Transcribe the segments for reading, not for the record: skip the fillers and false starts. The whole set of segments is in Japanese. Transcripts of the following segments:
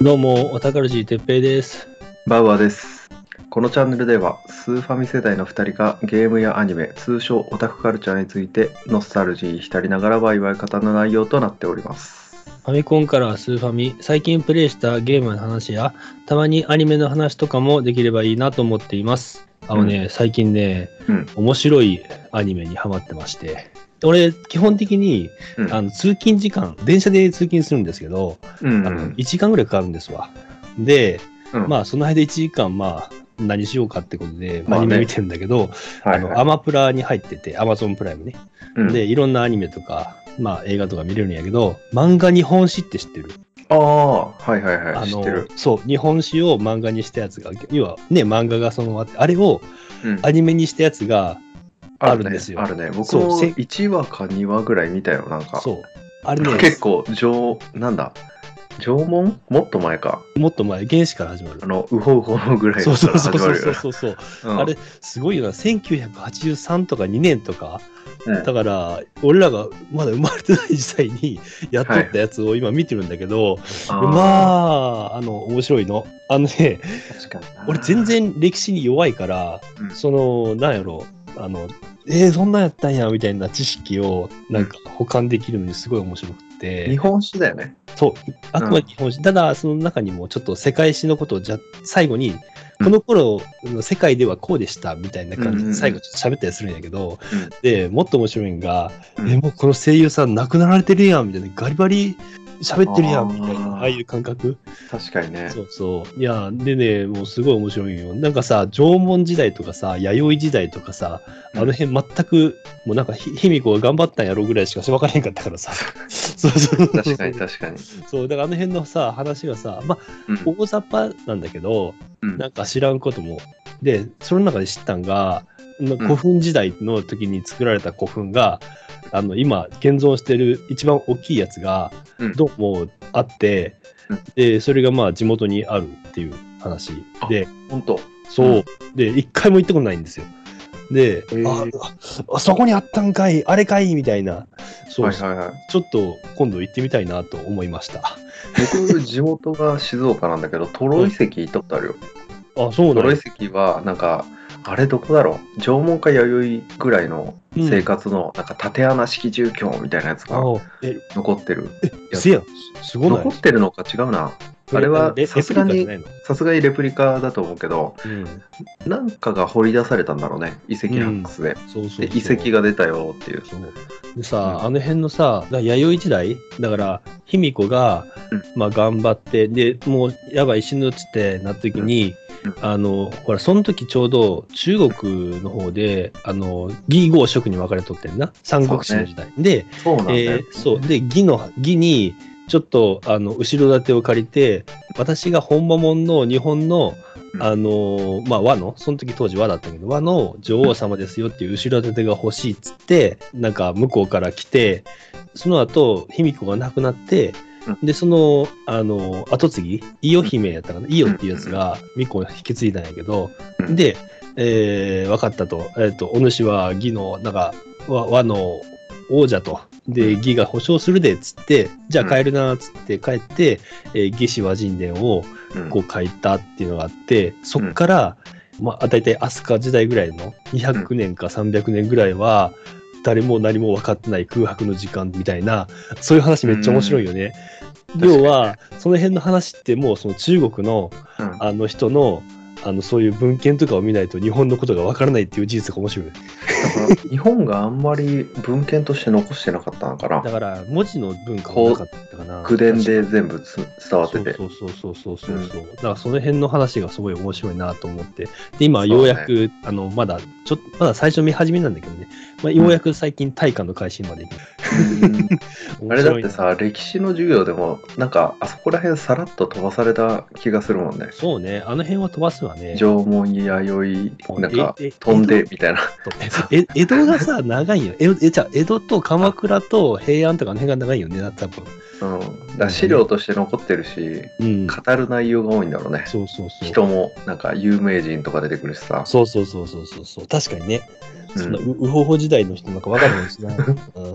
どうも、おたかるじてっぺいです。 バウアーです。このチャンネルではスーファミ世代の2人がゲームやアニメ、通称オタクカルチャーについてノスタルジー浸りながらワイワイ語る内容となっております。 ファミコンからスーファミ、最近プレイしたゲームの話や、たまにアニメの話とかもできればいいなと思っています。最近ね、面白いアニメにハマってまして、俺、基本的に、通勤時間、電車で通勤するんですけど、1時間ぐらいかかるんですわ。で、その間1時間、何しようかってことで、アニメ見てるんだけど、アマプラに入ってて、アマゾンプライムね。で、いろんなアニメとか、映画とか見れるんやけど、漫画日本史って知ってる？ ああ、はいはいはい、知ってる。 そう、日本史を漫画にしたやつが、要はね、漫画がそのままあって、あれをアニメにしたやつがあるんですよ。 あるね。僕も1話か2話ぐらい見たよ、なんか。 そう。あれね、 結構、縄文もっと前か。 もっと前、原始から始まる。 ウホウホのぐらいから始まるよね。 そう。あれ、すごいよな。1983とか2年とか。だから、俺らがまだ生まれてない時代にやっとったやつを今見てるんだけど、面白いの。俺全然歴史に弱いから、なんやろ、そんなんやったんやみたいな知識をなんか保管できるのにすごい面白くて。 日本史だよね。 そう、あくまで日本史。ただ、その中にもちょっと世界史のことを最後に、この頃の世界ではこうでしたみたいな感じで最後ちょっと喋ったりするんやけど、で、もっと面白いんが、もうこの声優さん亡くなられてるやんみたいな、ガリバリ喋ってるやんみたいな、ああいう感覚。 確かにね。 そう。いや、でね、もうすごい面白いよ。なんかさ、縄文時代とかさ、弥生時代とかさ、あの辺全く、もうなんか卑弥呼が頑張ったんやろうぐらいしか分からへんかったからさ。そう。 確かに。 そう、だからあの辺のさ、話がさ、大雑把なんだけど、なんか知らんことも。で、その中で知ったんが、古墳時代の時に作られた古墳が、今、現存してる一番大きいやつが、どうもあって、で、それが地元にあるっていう話で、 本当。 そう。で、一回も行ったことないんですよ。で、そこにあったんかい、あれかいみたいな。そう。ちょっと今度行ってみたいなと思いました。 僕、地元が静岡なんだけど、トロ遺跡行ったことあるよ。 あ、そうなんだ。 トロ遺跡は、なんか、あれどこだろう、縄文か弥生ぐらいの生活の、なんか縦穴式住居みたいなやつが残ってるやつ。 すごい。 残ってるのか違うな。あれはさすがにレプリカだと思うけど、なんかが掘り出されたんだろうね、遺跡発掘で。で、遺跡が出たよっていう。 でさ、あの辺のさ、弥生時代だから、卑弥呼が、頑張って、で、もうやばい死ぬっつってなった時に、ほら、その時ちょうど中国の方で、魏呉蜀に分かれとってんな。三国志の時代。で、で、魏に、ちょっと、後ろ盾を借りて、私が本場門の日本の、和の、その時当時和だったけど、和の女王様ですよっていう後ろ盾が欲しいっつって、なんか向こうから来て、その後、卑弥呼が亡くなって、で、その、後継ぎ、伊予姫やったかな、伊予っていうやつが、巫女を引き継いだんやけど、で、分かったと、お主は魏の、なんか、和の王者と、で、魏が保証するで、つって、じゃあ帰るな、つって帰って、魏志倭人伝を、こう書いたっていうのがあって、そっから、大体飛鳥時代ぐらいの200年か300年ぐらいは、誰も何も分かってない空白の時間みたいな、そういう話めっちゃ面白いよね。要は、その辺の話ってもうその中国の、人の、そういう文献とかを見ないと日本のことが分からないっていう事実が面白い。 日本があんまり文献として残してなかったのかな。 だから文字の文化もなかったかな。 口伝で全部伝わってて。 そう。だからその辺の話がすごい面白いなと思って。で、今ようやく、まだ最初見始めなんだけどね。ようやく最近大化の改新まで行く。 あれだってさ、歴史の授業でも、なんか、あそこら辺さらっと飛ばされた気がするもんね。 そうね、あの辺は飛ばすわね。 縄文や弥生、なんか、飛んで、みたいな。 江戸がさ、長いよ。江戸と鎌倉と平安とかの辺が長いよね、多分。 だ資料として残ってるし、語る内容が多いんだろうね。 そう。 人も、なんか、有名人とか出てくるしさ。 そう。確かにね。そんなウホホ時代の人なんか分かるんですね。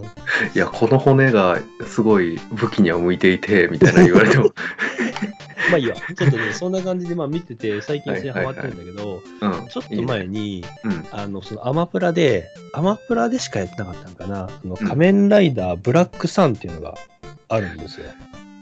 いや、この骨がすごい武器には向いていてみたいな言われてもまあいいや、ちょっとね、そんな感じでまあ見てて、最近それハマってるんだけど、ちょっと前に、そのアマプラでしかやってなかったのかな、仮面ライダーブラックサンっていうのがあるんですよ。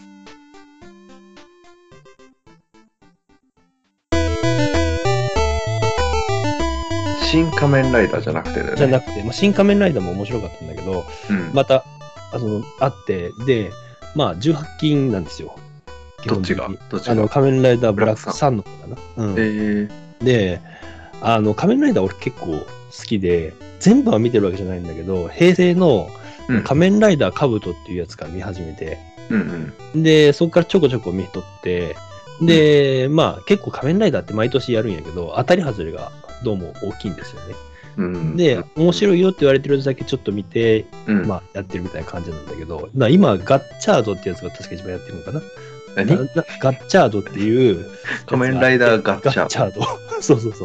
新仮面ライダーじゃなくてだよね。 じゃなくて、まあ、新仮面ライダーも面白かったんだけど、またあって、で、まあ18禁なんですよ。 どっちが仮面ライダーブラックサンの方かな。で、仮面ライダー俺結構好きで、全部は見てるわけじゃないんだけど、平成の仮面ライダーカブトっていうやつから見始めて、で、そこからちょこちょこ見とって、で、まあ結構仮面ライダーって毎年やるんやけど、当たり外れがどうも大きいんですよね。で、面白いよって言われてるだけちょっと見て、まあやってるみたいな感じなんだけど、今、ガッチャードってやつが確か一番やってるのかな。ガッチャードっていう仮面ライダーガッチャード。そうそうそう。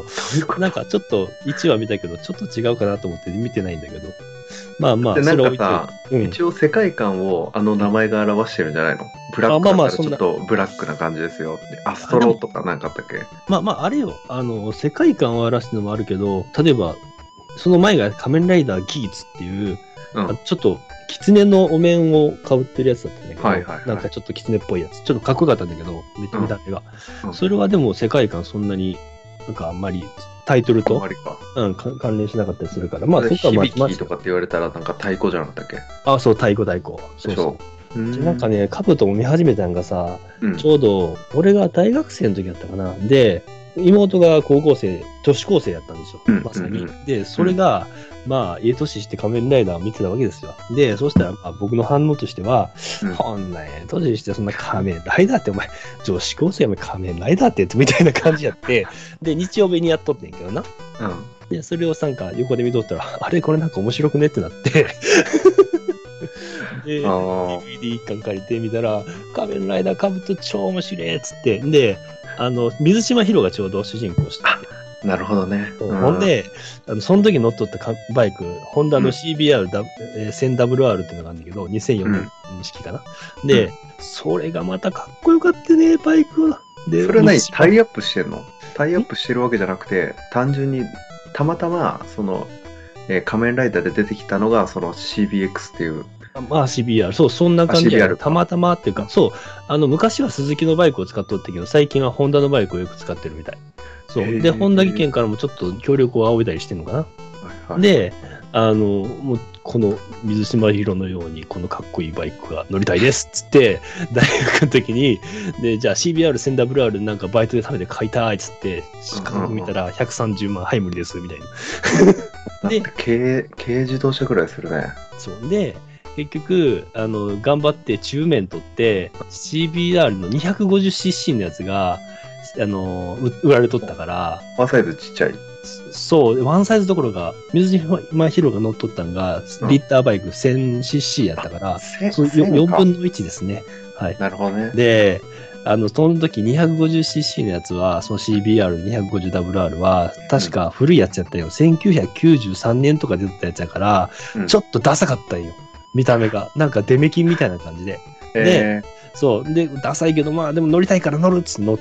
なんかちょっと1話見たけど、ちょっと違うかなと思って見てないんだけど。まあまあ、 それ置いて。一応世界観を名前が表してるんじゃないの？ブラックだったらちょっとブラックな感じですよ。アストロとかなんかあったっけ？ まあまあ、あれよ。世界観を表してるのもあるけど、例えば、その前が仮面ライダーギーツっていう、ちょっと、狐のお面をかぶってるやつだったんだけど、なんかちょっと狐っぽいやつ。ちょっとかっこよかったんだけど、見た目が。それはでも世界観そんなに、なんかあんまりタイトルと関連しなかったりするから。まあそこは響きとかって言われたらなんか太鼓じゃなかったっけ？ あ、そう、太鼓。そうそう。なんかね、カブトも見始めたんがさ、ちょうど俺が大学生の時だったかな。で、妹が女子高生やったんですよ。まさに。で、それが、まあ、いい年して仮面ライダーを見てたわけですよ。で、そしたら、まあ、僕の反応としては、こんな年してそんな仮面ライダーってお前、女子高生お前仮面ライダーってやつみたいな感じやって、で、日曜日にやっとってんけどな。で、それをなんか横で見とったら、あれこれなんか面白くねってなって、で、DVD 一巻借りてみたら、仮面ライダーかぶと超面白いっつって、で、水島ヒロがちょうど主人公してて。 なるほどね。 ほんで、その時乗っ取ったバイク、ホンダの CBR1000WR っていうのがあるんだけど、2004年式かな。で、それがまたかっこよかったね、バイクは。 で、それは何？タイアップしてんの？タイアップしてるわけじゃなくて、単純にたまたま、仮面ライダーで出てきたのが、その CBX っていう。 まあ CBR、そう、そんな感じで、たまたまっていうか、そう、昔は鈴木のバイクを使っとったけど、最近はホンダのバイクをよく使ってるみたい。そう。で、ホンダ技研からもちょっと協力を仰いだりしてるのかな。で、もう、この水島ヒロのように、このかっこいいバイクが乗りたいですっつって、大学の時に、で、じゃあ CBR1000WR なんかバイトで食べて買いたいっつって、価格見たら130万、はい、無理です、みたいな。 で、軽自動車くらいするね。 そう。で、結局、頑張って中面取って、CBR の 250cc のやつが、売られとったから。 ワンサイズちっちゃい。 そう、ワンサイズどころか、水島ヒロが乗っとったのが、リッターバイク 1000cc やったから、4分の1ですね。はい。 なるほどね。 で、その時 250cc のやつは、その CBR250WR は、確か古いやつやったよ。1993年とか出たやつやから、ちょっとダサかったんよ。見た目が。なんかデメキンみたいな感じで。で、そう。で、ダサいけど、まあでも乗りたいから乗るっつって乗って、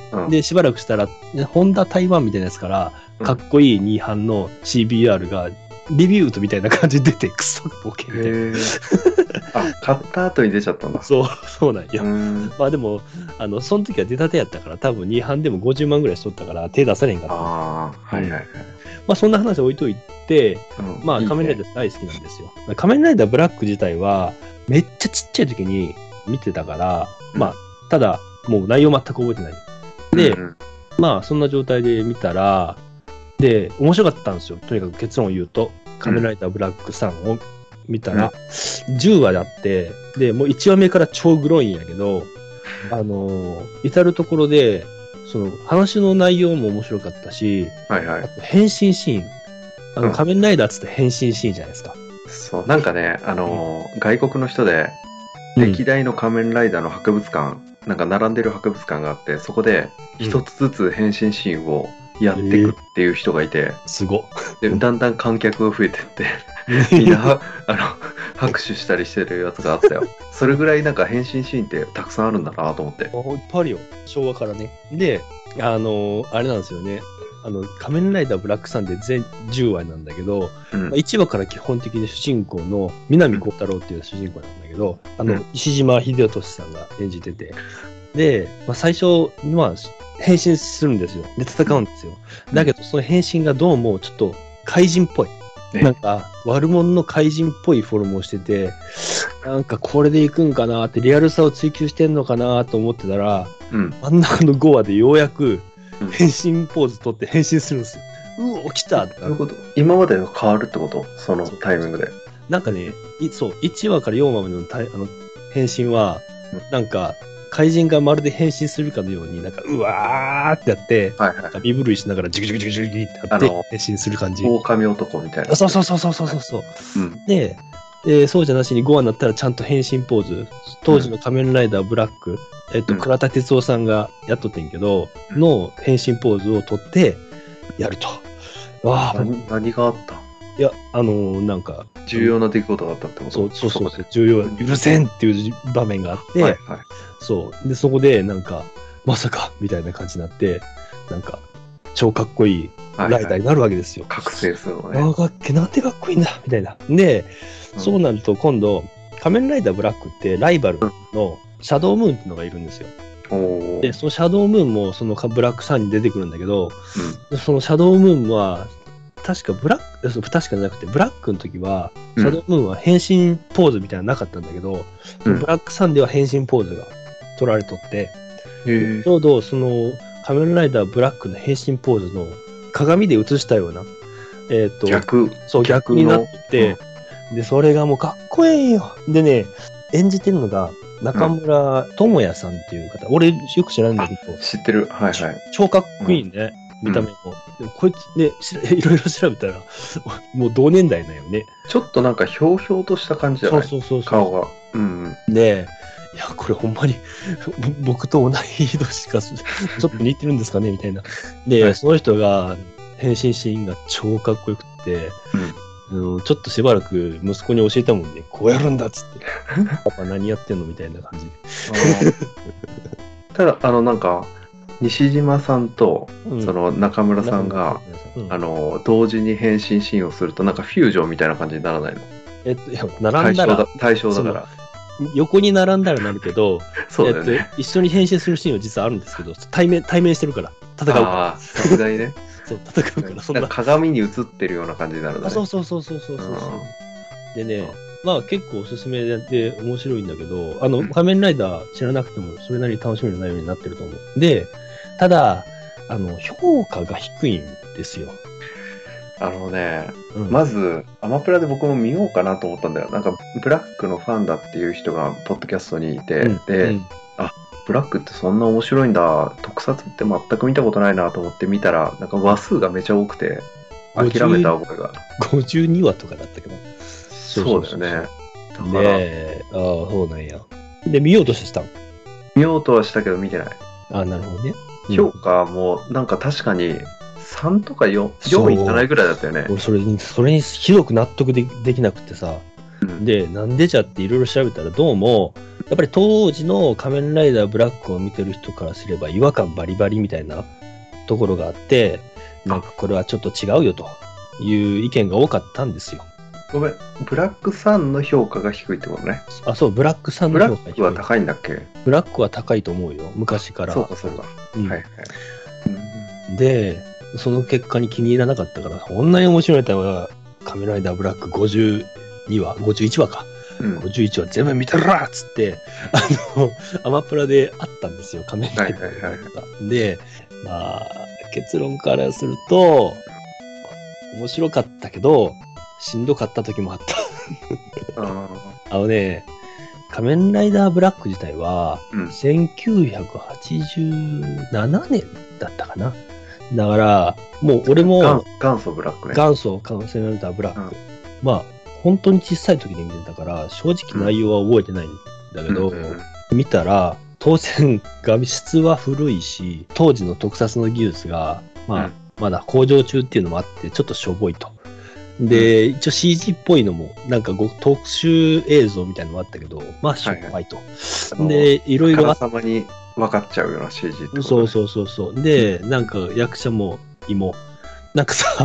で、しばらくしたら、ホンダ台湾みたいなやつから、かっこいい2班の CBR が、リビュートみたいな感じで出て、クソボケみたいな。 あ、買った後に出ちゃったんだ。 そうなんや。まあでも、その時は出たてやったから、多分2班でも50万ぐらいしとったから、手出されへんかった。 はいはいはい。 まあそんな話置いといて、まあ仮面ライダー大好きなんですよ。仮面ライダーブラック自体は、めっちゃちっちゃい時に見てたから、まあ、ただ、もう内容全く覚えてない。で、まあそんな状態で見たら、で、面白かったんですよ。とにかく結論を言うと、仮面ライダーブラックさんを見たら、10話であって、で、もう1話目から超グロいんやけど、至るところで、その話の内容も面白かったし、あと変身シーン、仮面ライダーっつって変身シーンじゃないですか。 そう、なんかね、外国の人で、歴代の仮面ライダーの博物館、なんか並んでる博物館があって、そこで一つずつ変身シーンをやっていくっていう人がいて、 すごでだんだん観客が増えてってみんな拍手したりしてるやつがあったよ。それぐらいなんか変身シーンってたくさんあるんだなと思って。 いっぱいあるよ。昭和からね。で、あれなんですよね。仮面ライダーブラックサンで全10話なんだけど、1話から基本的に主人公の南光太郎っていう主人公なんだけど、石島秀俊さんが演じてて、で、最初、変身するんですよ。で、戦うんですよ。だけど、その変身がどうもちょっと怪人っぽい。なんか、悪者の怪人っぽいフォルムをしてて、なんかこれでいくんかなって、リアルさを追求してんのかなと思ってたら、真ん中の5話でようやく変身ポーズ取って変身するんですよ。来たって。 なるほど。今までと変わるってこと？そのタイミングで。 なんかね、そう、1話から4話までの変身は、なんか、怪人がまるで変身するかのように、なんか、うわーってやって、身震いしながらジュキジュキジュキジュキってやって変身する感じ。 狼男みたいな。 そう。で、そうじゃなしに5話になったらちゃんと変身ポーズ。当時の仮面ライダーブラック、倉田哲夫さんがやっとってんけど、の変身ポーズを取ってやると。 何があった？ いや、なんか。 重要な出来事があったってこと？ そう。重要、許せんっていう場面があって、そう。で、そこで、なんか、まさか、みたいな感じになって、なんか、超かっこいいライダーになるわけですよ。 覚醒するのね。 なんてかっこいいんだ、みたいな。で、そうなると、今度、仮面ライダーブラックってライバルのシャドウムーンっていうのがいるんですよ。で、そのシャドウムーンも、そのブラックサンに出てくるんだけど、そのシャドウムーンは、確かじゃなくて、ブラックの時は、シャドウムーンは変身ポーズみたいなのなかったんだけど、ブラックサンでは変身ポーズが取られとって、ちょうどその仮面ライダーブラックの変身ポーズの鏡で映したような、逆になって、で、それがもうかっこいいよ。でね、演じてるのが中村智也さんっていう方、俺よく知らないんだけど、 知ってる。 超かっこいいね。見た目も。でもこいつね、いろいろ調べたら、もう同年代だよね。 ちょっとなんかひょうひょうとした感じじゃない？ そう。 顔が。 で、いや、これほんまに僕と同い年か、ちょっと似てるんですかねみたいな。で、その人が変身シーンが超かっこよくって、ちょっとしばらく息子に教えたもんね。こうやるんだっつって。パパ何やってんのみたいな感じで。 ただ、なんか、西島さんとその中村さんが、同時に変身シーンをするとなんかフュージョンみたいな感じにならないの？ いや並んだら対象だから横に並んだらなるけどそうだよね、 一緒に変身するシーンは実はあるんですけど、対面してるから戦うから。 さすがにね。 そう戦うからそんな鏡に映ってるような感じになるんだね。 そう。でね、結構おすすめで面白いんだけど、仮面ライダー知らなくてもそれなりに楽しめる内容になってると思う。で、ただ、評価が低いんですよ。 まず、アマプラで僕も見ようかなと思ったんだよ。なんか、ブラックのファンだっていう人が、ポッドキャストにいて、ブラックってそんな面白いんだ、特撮って全く見たことないなと思って見たら、なんか話数がめちゃ多くて、諦めた覚えが。 52話とかだったけど。 そうだよね。 だから。そうなんや。で、見ようとしたの？ 見ようとはしたけど見てない。 なるほどね。 評価もなんか確かに3とか 4いかないぐらいだったよね。 俺それにひどく納得できなくてさ、でなんでじゃっていろいろ調べたら、どうもやっぱり当時の仮面ライダーブラックを見てる人からすれば違和感バリバリみたいなところがあって、なんかこれはちょっと違うよという意見が多かったんですよ。 ごめん、ブラックさんの評価が低いってことね。 そう、ブラックさんの評価が低い。 ブラックは高いんだっけ？ ブラックは高いと思うよ、昔から。 そうか。 で、その結果に気に入らなかったから、こんなに面白いネタは仮面ライダーブラック51話か。51話全部見てるらっつって、アマプラであったんですよ、仮面ライダー。で、結論からすると、面白かったけど、しんどかった時もあった。仮面ライダーブラック自体は、1987年だったかな。だから、もう俺も、 元祖ブラックね。 仮面ライダーブラック。本当に小さい時に見てたから、正直内容は覚えてないんだけど、見たら、当然、画質は古いし、当時の特撮の技術が、まだ向上中っていうのもあって、ちょっとしょぼいと。 で、一応 CG っぽいのも、なんか特殊映像みたいなのもあったけど、まあ、しょっぱいと。で、いろいろあからさまに分かっちゃうような CG ってことね。 そう。で、なんか役者もなんかさ、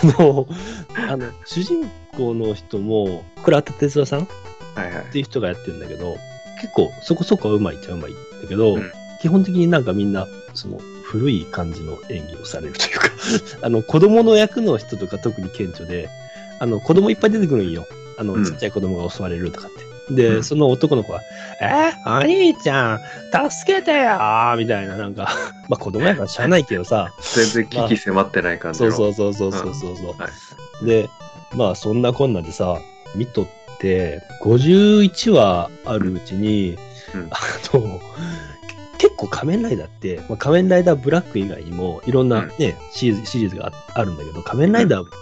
主人公の人も、倉田哲也さんっていう人がやってるんだけど、結構そこそこうまいっちゃうまいんだけど、基本的になんかみんな、古い感じの演技をされるというか、子供の役の人とか特に顕著で、子供いっぱい出てくるんよ。ちっちゃい子供が襲われるとかって。で、その男の子は、お兄ちゃん、助けてよーみたいな、なんか、まあ子供やからしゃあないけどさ。 全然危機迫ってない感じの。 そう。で、まあそんなこんなでさ、見とって、51話あるうちに、結構仮面ライダーって、まあ、仮面ライダーブラック以外にもいろんなね、シリーズがあるんだけど、仮面ライダーって、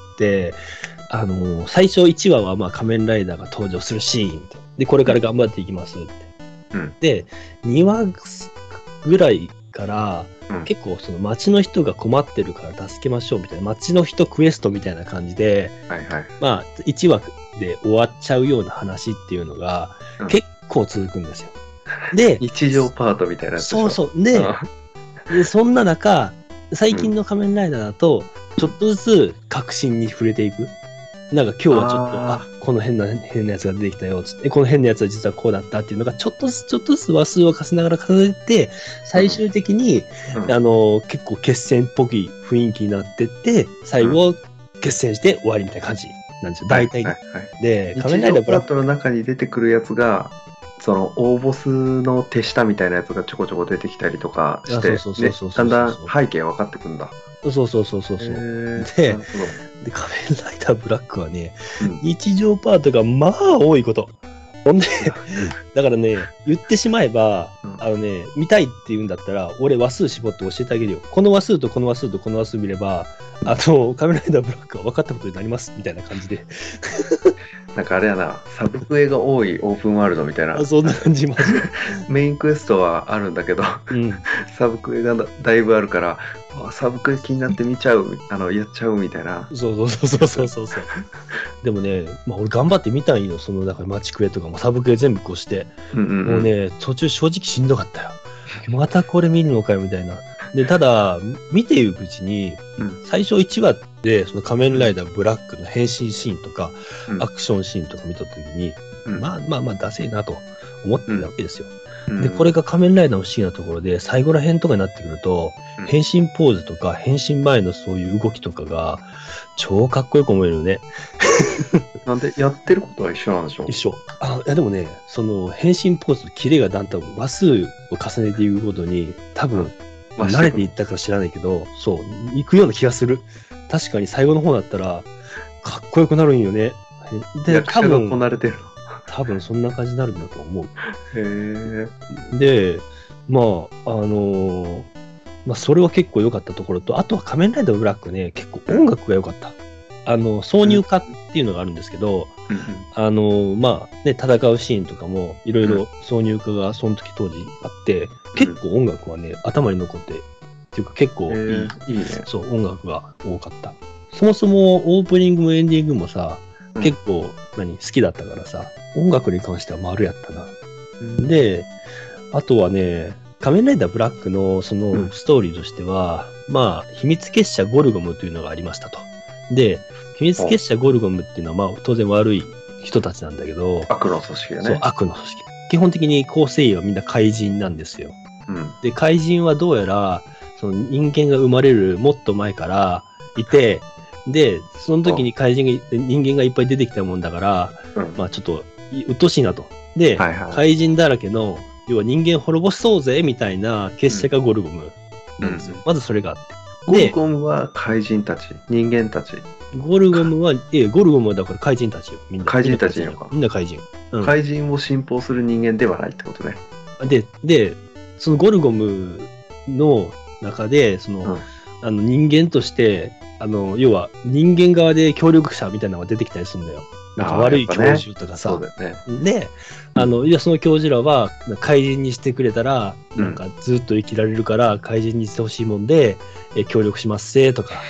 最初1話はまあ仮面ライダーが登場するシーンで、これから頑張っていきますって。で、2話ぐらいから、結構その街の人が困ってるから助けましょうみたいな、街の人クエストみたいな感じで、まあ1話で終わっちゃうような話っていうのが結構続くんですよ。で、 日常パートみたいなやつでしょ。 そう。で、そんな中、最近の仮面ライダーだと、ちょっとずつ革新に触れていく。なんか今日はちょっと、この変なやつが出てきたよ、つって、この変なやつは実はこうだったっていうのが、ちょっとずつ話数を重ねながら重ねて、最終的に、結構決戦っぽい雰囲気になってって、最後、決戦して終わりみたいな感じなんですよ、大体。で、 仮面ライダーブラックの中に出てくるやつが、その大ボスの手下みたいなやつがちょこちょこ出てきたりとかして、だんだん背景分かってくんだ。 そう。で、仮面ライダーブラックはね、日常パートがまあ多いこと。ほんで、だからね、言ってしまえば、見たいって言うんだったら、俺話数絞って教えてあげるよ。この話数とこの話数とこの話数見れば、仮面ライダーブラックは分かったことになります、みたいな感じで。 なんかあれやな、サブクエが多いオープンワールドみたいな。 そんな感じマジで。 メインクエストはあるんだけど、サブクエがだいぶあるから、サブクエ気になって見ちゃう、やっちゃうみたいな。 そう。でもね、まあ俺頑張って見たんよ、だから街クエとかもサブクエ全部越して。もうね、途中正直しんどかったよ。またこれ見るのかよ、みたいな。で、ただ、見ていくうちに、最初1話で、その仮面ライダーブラックの変身シーンとか、アクションシーンとか見たときに、まあ、ダセえなと思ってたわけですよ。で、これが仮面ライダーの不思議なところで、最後ら辺とかになってくると、変身ポーズとか、変身前のそういう動きとかが、超かっこよく思えるよね。 なんで、やってることは一緒なんでしょう？ 一緒。いやでもね、その変身ポーズのキレがだんだん話数を重ねていくごとに、多分、慣れていったか知らないけど、そう、行くような気がする。確かに最後の方だったら、かっこよくなるんよね。 で、多分こなれてるの。 多分そんな感じになるんだと思う。 へえ。で、まあ、それは結構良かったところと、あとは仮面ライダーブラックね、結構音楽が良かった。挿入歌っていうのがあるんですけど、まあね、戦うシーンとかもいろいろ挿入歌がその時当時あって、結構音楽はね、頭に残って、っていうか結構いいね。そう、音楽が多かった。そもそもオープニングもエンディングもさ、結構好きだったからさ、音楽に関しては丸やったな。で、あとはね、仮面ライダーブラックのそのストーリーとしては、まあ、秘密結社ゴルゴムというのがありましたと。で、秘密結社ゴルゴムっていうのは、まあ、当然悪い人たちなんだけど、 悪の組織だね。 そう、悪の組織。基本的に構成員はみんな怪人なんですよ。で、怪人はどうやら、その人間が生まれるもっと前からいて、で、その時に人間がいっぱい出てきたもんだから、まあちょっと、鬱陶しいなと。で、怪人だらけの、要は人間滅ぼそうぜみたいな結社がゴルゴムなんですよ。まずそれがあって。 ゴルゴムは怪人たち、人間たち。 ゴルゴムはだから怪人たちよ。みんな。 怪人たちなのか。 みんな怪人。 怪人を信奉する人間ではないってことね。 で、そのゴルゴムの中で、人間として、要は人間側で協力者みたいなのが出てきたりするんだよ。なんか悪い教授とかさ。 そうだよね。 で、いや、その教授らは怪人にしてくれたら、なんかずっと生きられるから怪人にしてほしいもんで、協力しますせとか。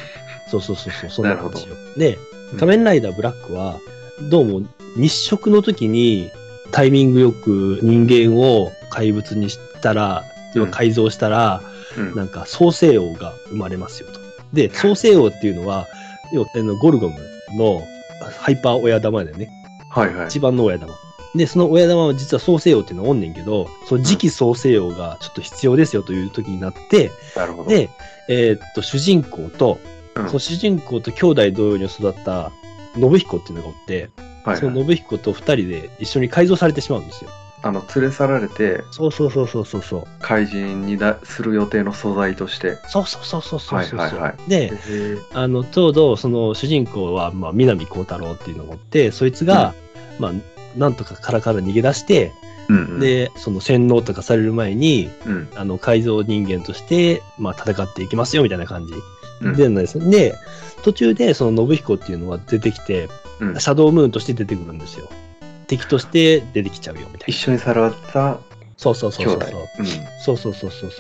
そうそうそうそう、そんな話よ。 なで、仮面ライダーブラックは、どうも日食の時にタイミングよく人間を怪物にしたら、改造したら、なんか創世王が生まれますよと。で、創世王っていうのは、要はゴルゴムのハイパー親玉だよね。 はいはい。 一番の親玉。で、その親玉は実は創世王っていうのはおんねんけど、その次期創世王がちょっと必要ですよという時になって、 なるほど。 で、主人公と、その主人公と兄弟同様に育った信彦っていうのがおって、その信彦と二人で一緒に改造されてしまうんですよ。 連れ去られて、 そうそうそうそうそうそう。 怪人にする予定の素材として。 そうそうそうそうそうそう。 はいはいはい。 で、ちょうどその主人公は、南光太郎っていうのがおって、そいつが、なんとかから逃げ出して、で、その洗脳とかされる前に、改造人間として、戦っていきますよみたいな感じで、で、途中でその信彦っていうのは出てきて、シャドームーンとして出てくるんですよ。敵として出てきちゃうよみたいな。 一緒にさらわったそうそうそうそう。そうそうそうそう。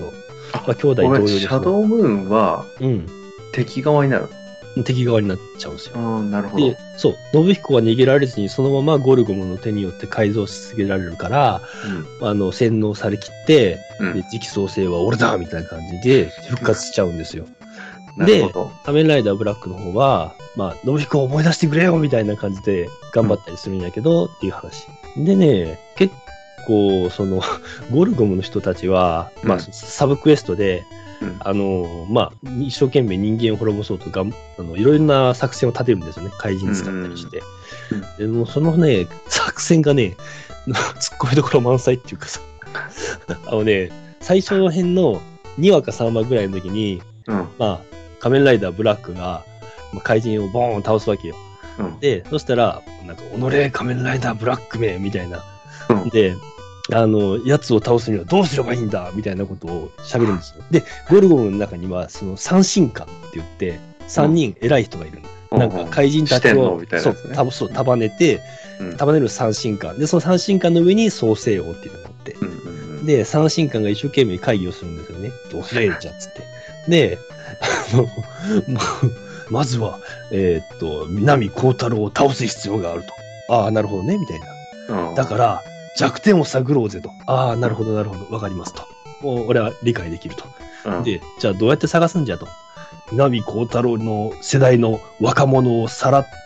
兄弟同様です。 シャドームーンは、敵側になる。 敵側になっちゃうんですよ。 なるほど。 で、そう、信彦は逃げられずにそのままゴルゴムの手によって改造し続けられるから、洗脳されきって、で次期創世は俺だみたいな感じで復活しちゃうんですよ。で、仮面ライダーブラックの方は、信彦を思い出してくれよみたいな感じで頑張ったりするんやけど、っていう話。でね、結構、ゴルゴムの人たちは、サブクエストで、一生懸命人間を滅ぼそうといろいろな作戦を立てるんですよね。怪人使ったりして。でもそのね、作戦がね、突っ込みどころ満載っていうかさ、最初の辺の2話か3話ぐらいの時に、仮面ライダーブラックが、怪人をボーン倒すわけよ。で、そしたら、己仮面ライダーブラックめみたいな。で、奴を倒すにはどうすればいいんだみたいなことを喋るんですよ。で、ゴルゴムの中には、三神官って言って、3人偉い人がいるの。なんか怪人たちを束ねて、束ねる三神官。で、その三神官の上に創世王っていうのがあって、で、三神官が一生懸命会議をするんですよね。どうすれじゃっつって。で、まずは、南光太郎を倒す必要があると。ああ、なるほどね、みたいな。だから、弱点を探ろうぜと。ああ、なるほど、なるほど。わかりますと。もう俺は理解できると。で、じゃあどうやって探すんじゃと。南光太郎の世代の若者をさらって、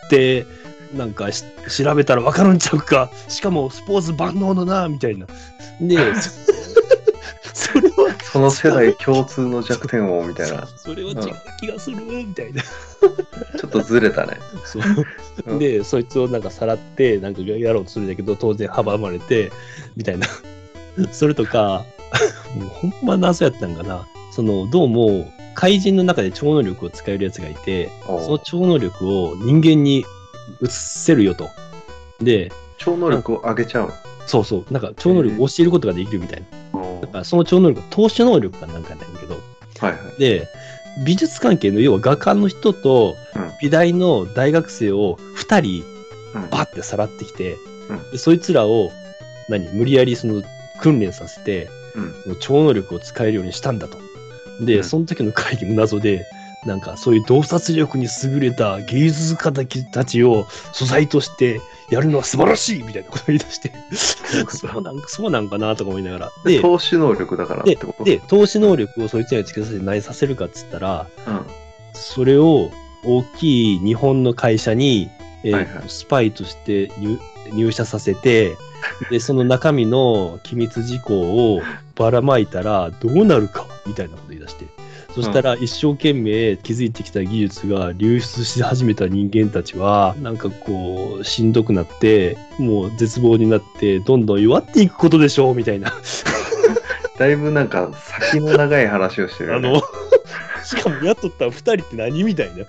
なんか調べたらわかるんちゃうか。しかもスポーツ万能のな、みたいな。で、それはその世代共通の弱点をみたいな。 それは違う気がするみたいな。 ちょっとずれたね。 そうで、そいつをなんかさらってなんかやろうとするんだけど当然阻まれてみたいな。それとかもうほんま謎やったんかな。どうも怪人の中で超能力を使えるやつがいて、その超能力を人間に移せるよと。で、 超能力を上げちゃう。 そうそう、なんか超能力を教えることができるみたいな。だからその超能力は投資能力かなんかなんだけど、で、美術関係の要は画家の人と美大の大学生を2人バッてさらってきて、でそいつらを無理やり訓練させて、その超能力を使えるようにしたんだと。で、その時の会議の謎で、なんかそういう洞察力に優れた芸術家たちを素材としてやるのは素晴らしいみたいなことを言い出してそうなんかなとか思いながら。 で、投資能力だからってこと？ で、投資能力をそいつらにつけさせて何させるかっつったら、それを大きい日本の会社に、スパイとして入社させて、で、その中身の機密事項をばらまいたらどうなるかみたいなことを言い出して。そしたら一生懸命築いてきた技術が流出し始めた人間たちはなんかこうしんどくなってもう絶望になってどんどん弱っていくことでしょうみたいな。 だいぶなんか先の長い話をしてるよね。 しかも雇った2人って何みたいな。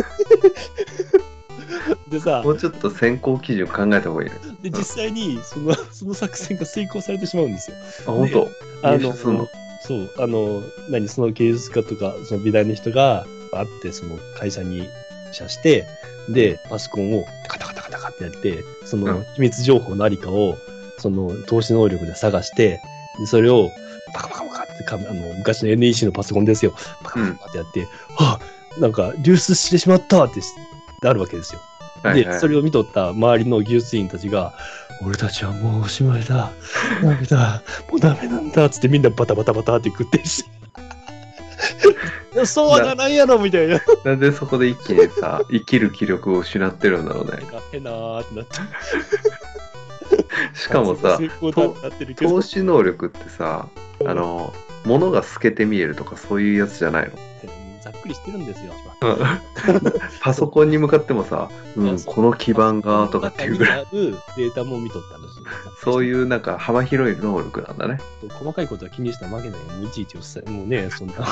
でさ、 もうちょっと選考基準考えた方がいいね。 で実際にその作戦が成功されてしまうんですよ。 あ、本当？ そう、その芸術家とか、その美大の人が会って、その会社に社して、で、パソコンをカタカタカタカってやって、その秘密情報のありかを、その投資能力で探して、でそれをパカパカパカって昔の NEC のパソコンですよ。パカパカってやって、 なんか流出してしまったってあるわけですよ。で、それを見とった周りの技術員たちが、俺たちはもうおしまいだ。ダメだ。もうダメなんだ。つってみんなバタバタバタって食ってるし。そうはならんやろみたいな。 なんでそこで一気にさ、生きる気力を失ってるんだろうね。 変なーってなって。 しかもさ、透視能力ってさ、物が透けて見えるとかそういうやつじゃないの？ ざっくりしてるんですよ。 パソコンに向かってもさ、この基板がとかっていうぐらい。 データも見とったんですよ。 そういうなんか幅広い能力なんだね。 細かいことは気にしたら負けないよ。いちいちもうね、そんな。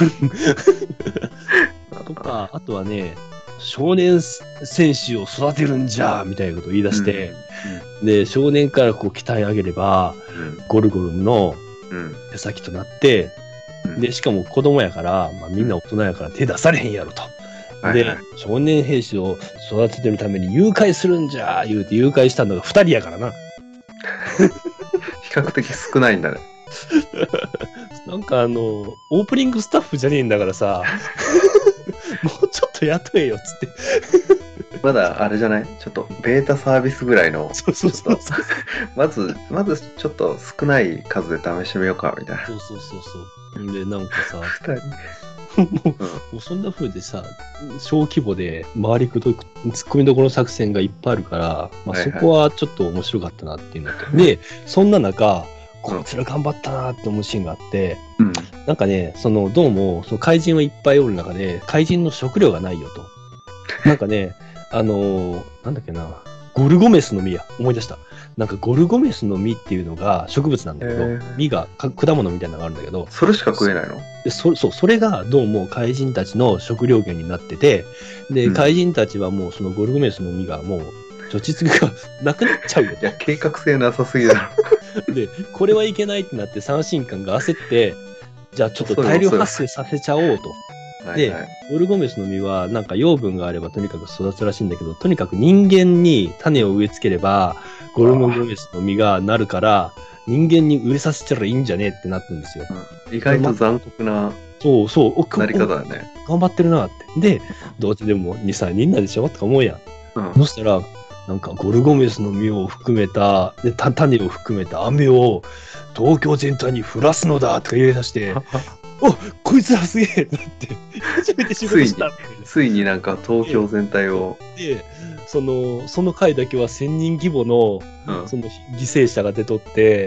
とか、あとはね、少年戦士を育てるんじゃみたいなことを言い出して、で、少年からこう鍛え上げれば、ゴルゴルムの手先となって、で、しかも子供やから、みんな大人やから手出されへんやろと。で、少年兵士を育ててるために誘拐するんじゃ言うて誘拐したのが2人やからな。 比較的少ないんだね。 なんかオープニングスタッフじゃねえんだからさ、もうちょっと雇えよっつって。 まだあれじゃない？ちょっとベータサービスぐらいの。 そう。 まずちょっと少ない数で試してみようかみたいな。 そう。で、なんかさ、もうそんな風でさ、小規模で回りくどく突っ込みどころの作戦がいっぱいあるから、そこはちょっと面白かったなっていうのと。で、そんな中、こいつら頑張ったなって思うシーンがあって、なんかね、どうも、怪人はいっぱいおる中で、怪人の食料がないよと。なんかね、なんだっけな、ゴルゴメスの実や、思い出した。なんかゴルゴメスの実っていうのが植物なんだけど、実が果物みたいなのがあるんだけど、 それしか食えないの？ でそれがどうも怪人たちの食料源になってて、で、怪人たちはもうそのゴルゴメスの実がもう貯蓄がなくなっちゃうよ。 いや、計画性なさすぎだろ。で、これはいけないってなって三神官が焦って、じゃあちょっと大量発生させちゃおうと。で、ゴルゴメスの実はなんか養分があればとにかく育つらしいんだけど、とにかく人間に種を植え付ければゴルゴメスの実がなるから人間に植えさせたらいいんじゃねえってなったんですよ。 意外と残酷ななり方だね。 頑張ってるなって。で、どうせでも2、3人なんでしょとか思うやん。そしたらなんかゴルゴメスの実を含めたで種を含めた雨を東京全体に降らすのだとか言い出して。お、こいつらすげえってなって初めて仕事したついになんか東京全体をでその回だけは1000人規模の、その犠牲者が出とって、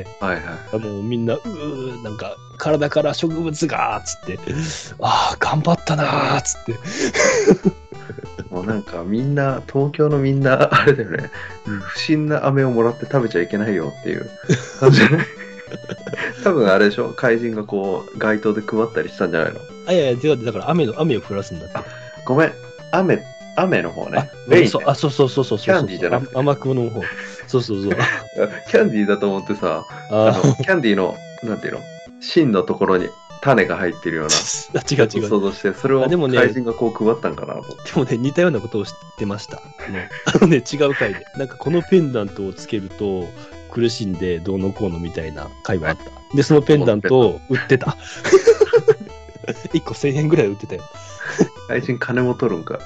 みんななんか体から植物がつって頑張ったなーつってもうなんかみんな東京のみんなあれだよね、不審な飴をもらって食べちゃいけないよっていう感じじゃない？多分あれでしょ、怪人がこう街頭で配ったりしたんじゃないの？ いや違う、だから雨を降らすんだって。 ごめん、雨の方ね。 そう。キャンディーじゃなくて甘くの方。そう。 キャンディーだと思ってさ、キャンディーのなんていうの、芯のところに種が入ってるような違う想像して、それを怪人がこう配ったんかなと。 でもね、似たようなことを知ってました。違う回でなんかこのペンダントをつけると苦しんでどうのこうのみたいな回があった。で、そのペンダントを売ってた。1個1000円ぐらい売ってたよ。 怪人金も取るんか。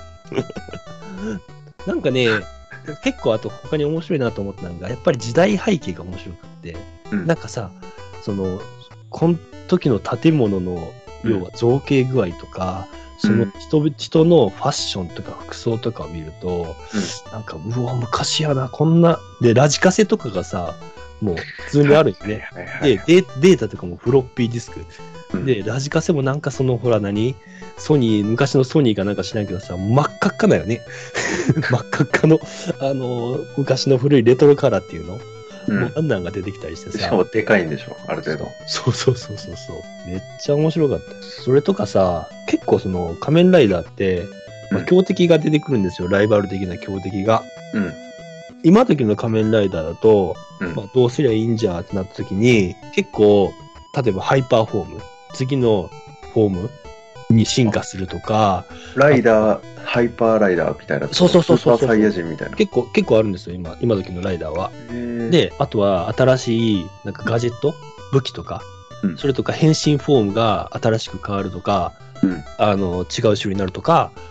なんかね、結構あと他に面白いなと思ったのが、やっぱり時代背景が面白くって、なんかさ、この時の建物の要は造形具合とか、その人のファッションとか服装とかを見ると、なんかうわ昔やなこんなでラジカセとかがさもう普通にあるよね。でデータとかもフロッピーディスク、でラジカセもなんかほら昔のソニーかなんか知らんけどさ真っ赤っかだよね。真っ赤っかの昔の古いレトロカラーっていうの。もうあんなんが出てきたりしてさ。 しかもでかいんでしょ、ある程度。 そう。めっちゃ面白かったよ。それとかさ、結構仮面ライダーって、強敵が出てくるんですよ、ライバル的な強敵が。今時の仮面ライダーだと、どうすりゃいいんじゃってなった時に、結構、例えばハイパーフォーム、次のフォームに進化するとか。 ライダー、ハイパーライダーみたいな。 そう。 スーパーサイヤ人みたいな。 結構あるんですよ、今時のライダーは。で、あとは新しいなんかガジェット、武器とか、それとか変身フォームが新しく変わるとか、違う種類になるとか、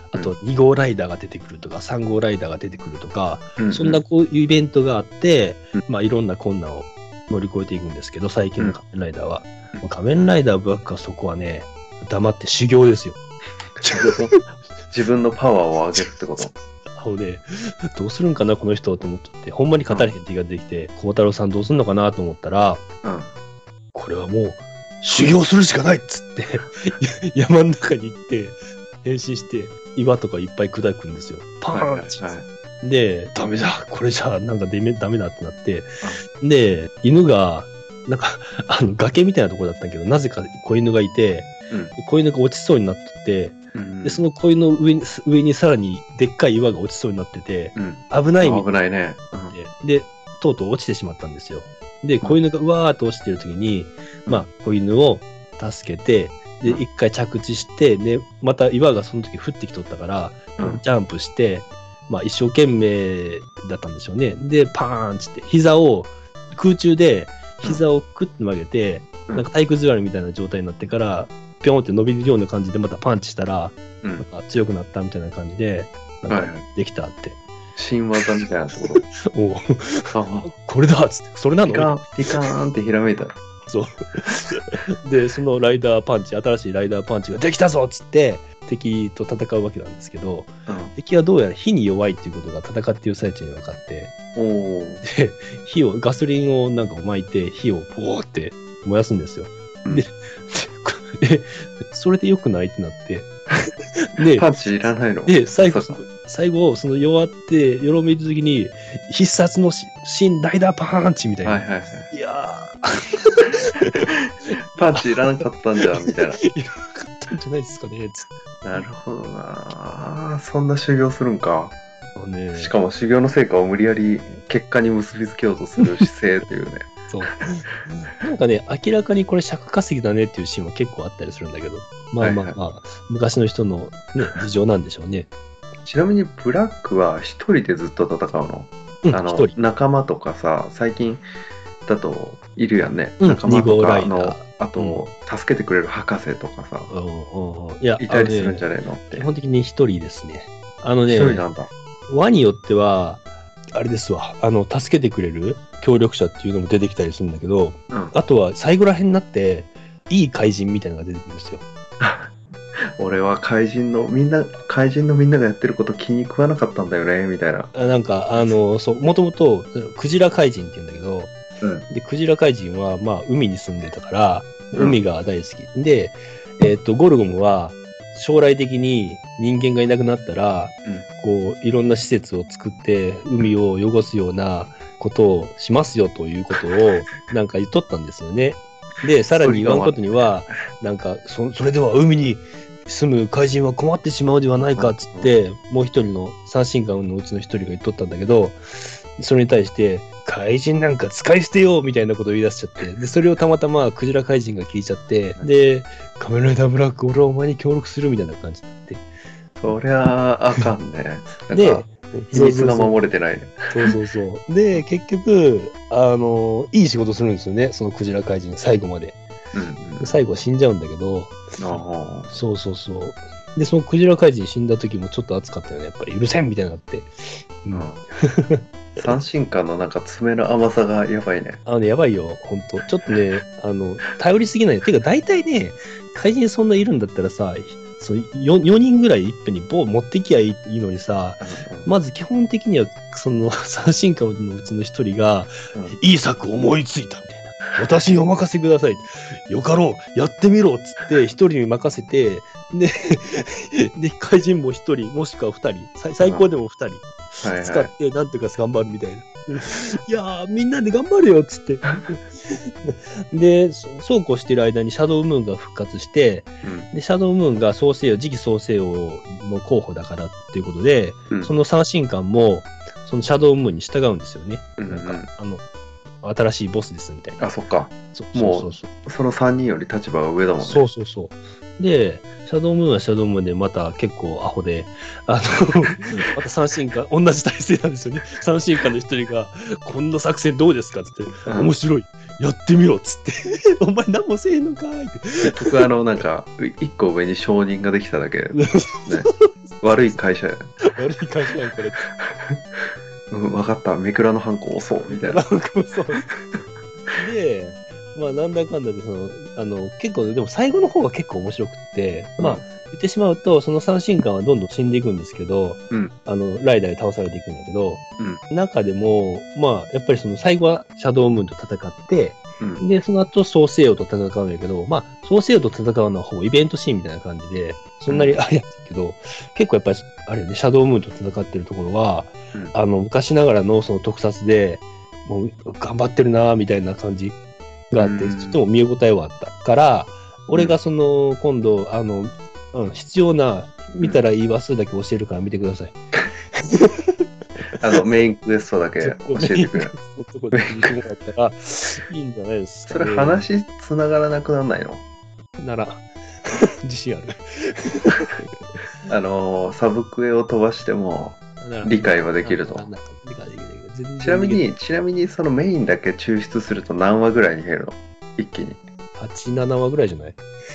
あと2号ライダーが出てくるとか、3号ライダーが出てくるとか、 うんそんなこういうイベントがあって、 うんまあいろんな困難を乗り越えていくんですけど、最近の仮面ライダーは。仮面ライダーブラックはそこはね、黙って修行ですよ。 自分のパワーを上げるってこと。 ね、どうするんかなこの人と思ってほんまに語れへんって気ができて、孝太郎さんどうすんのかなと思ったら、これはもう修行するしかないっつって山の中に行って変身して岩とかいっぱい砕くんですよ。パーンって、でダメだこれじゃなんかダメだってなって、で犬がなんか崖みたいなところだったけど、なぜか子犬がいて、子犬が落ちそうになってて、でその子犬の上にさらにでっかい岩が落ちそうになってて、危ないみたいな。 危ないね。 でとうとう落ちてしまったんですよ。で子犬がうわーっと落ちてる時に、まあ子犬を助けて、で一回着地して、でまた岩がその時降ってきとったから、ジャンプして、まあ一生懸命だったんでしょうね。でパーンっつって空中で膝をクッと曲げて、なんか体育座りみたいな状態になってから、ピョンって伸びるような感じでまたパンチしたら、なんか強くなったみたいな感じで、なんかできたって。 新技みたいなところ。 おこれだっつって、それなの？ ピカーンってひらめいた。 そう。で、そのライダーパンチ、新しいライダーパンチができたぞっつって、敵と戦うわけなんですけど、敵はどうやら火に弱いっていうことが戦っている最中に分かって、で、ガソリンをなんか巻いて、火をボーって燃やすんですよ。で、それで良くないってなって、 で、パンチいらないの？ で、最後、その弱って、よろめいた時に、必殺の新ライダーパンチみたいな。いやパンチいらなかったんじゃんみたいな。いらなかったんじゃないですかね。 なるほどな。そんな修行するんか。 ね、 しかも修行の成果を無理やり結果に結びつけようとする姿勢というね。 そう。なんかね、明らかにこれ尺稼ぎだねっていうシーンは結構あったりするんだけど、まあ、昔の人のね、事情なんでしょうね。 ちなみにブラックは一人でずっと戦うの？一人。仲間とかさ、最近だといるやんね。仲間とかあと、助けてくれる博士とかさ、いたりするんじゃねえのって。 基本的に一人ですね。一人なんだ。 輪によっては、あれですわ、助けてくれる協力者っていうのも出てきたりするんだけど、あとは最後らへんになって、いい怪人みたいなのが出てくるんですよ。 俺は怪人のみんながやってること気に食わなかったんだよね、みたいな。 なんか、もともと、クジラ怪人って言うんだけど、でクジラ怪人は、まあ、海に住んでたから、海が大好き。で、ゴルゴムは、将来的に人間がいなくなったら、こういろんな施設を作って海を汚すようなことをしますよということをなんか言っとったんですよね。でさらに言わんことにはなんかそれでは海に住む怪人は困ってしまうではないかっつってもう一人の三神官のうちの一人が言っとったんだけど、それに対して怪人なんか使い捨てようみたいなことを言い出しちゃって、でそれをたまたまクジラ怪人が聞いちゃって、で仮面ライダーブラック俺はお前に協力するみたいな感じになって、 そりゃあかんね。で秘密が守れてないね。 そうで結局いい仕事するんですよね、そのクジラ怪人最後まで。最後は死んじゃうんだけど、そうでそのクジラ怪人死んだ時もちょっと熱かったよね、やっぱり許せんみたいになって。 三神官のなんか爪の甘さがやばいね。 やばいよ、ほんと。ちょっとね、頼りすぎないよ。てか、大体ね、怪人そんないるんだったらさ、4人ぐらいいっぺんに棒持ってきゃいいのにさ、まず基本的には、その三神官のうちの一人が、いい策思いついたみたいな。私にお任せください。よかろう、やってみろっつって一人に任せて、で、怪人も一人、もしくは二人、最高でも二人。使ってなんとか頑張るみたいな。いやーみんなで頑張るよっつってでそうこうしてる間にシャドウムーンが復活して、でシャドウムーンが次期創世王の候補だからっていうことで、その三神官もそのシャドウムーンに従うんですよね。なんか新しいボスですみたいな。 そっか。もうその3人より立場が上だもんね。 そうでシャドウムーンはシャドウムーンでまた結構アホでまた三神官同じ体制なんですよね。三神官の一人がこんな作戦どうですかっつって、面白いやってみろっつってお前何もせえんのかいって。 結局なんか一個上に承認ができただけ、ね、 悪い会社や。 悪い会社やんこれ。 分かった。めくらのハンコ押そうみたいな。 そうで、まあなんだかんだで結構でも最後の方は結構面白くって、まあ言ってしまうとその三神官はどんどん死んでいくんですけど、ライダーで倒されていくんだけど、中でもまあやっぱりその最後はシャドウムーンと戦って。で、その後、ソーセイヨと戦うんやけど、まあ、ソーセイヨと戦うのはほぼイベントシーンみたいな感じで、そんなにあれやったけど、結構やっぱり、あれよね、シャドウムーンと戦ってるところは、昔ながらのその特撮で、もう頑張ってるなみたいな感じがあって、とても見応えはあったから、俺が今度、必要な、見たらいい話数だけ教えるから見てください。 メインクエストだけ教えてくれ。 メインクエストだったらいいんじゃないですか、ね。 それ話つながらなくならないの？ なら、自信ある。サブクエを飛ばしても理解はできると。ちなみにそのメインだけ抽出すると何話ぐらいに減るの？一気に。 8、7話ぐらいじゃない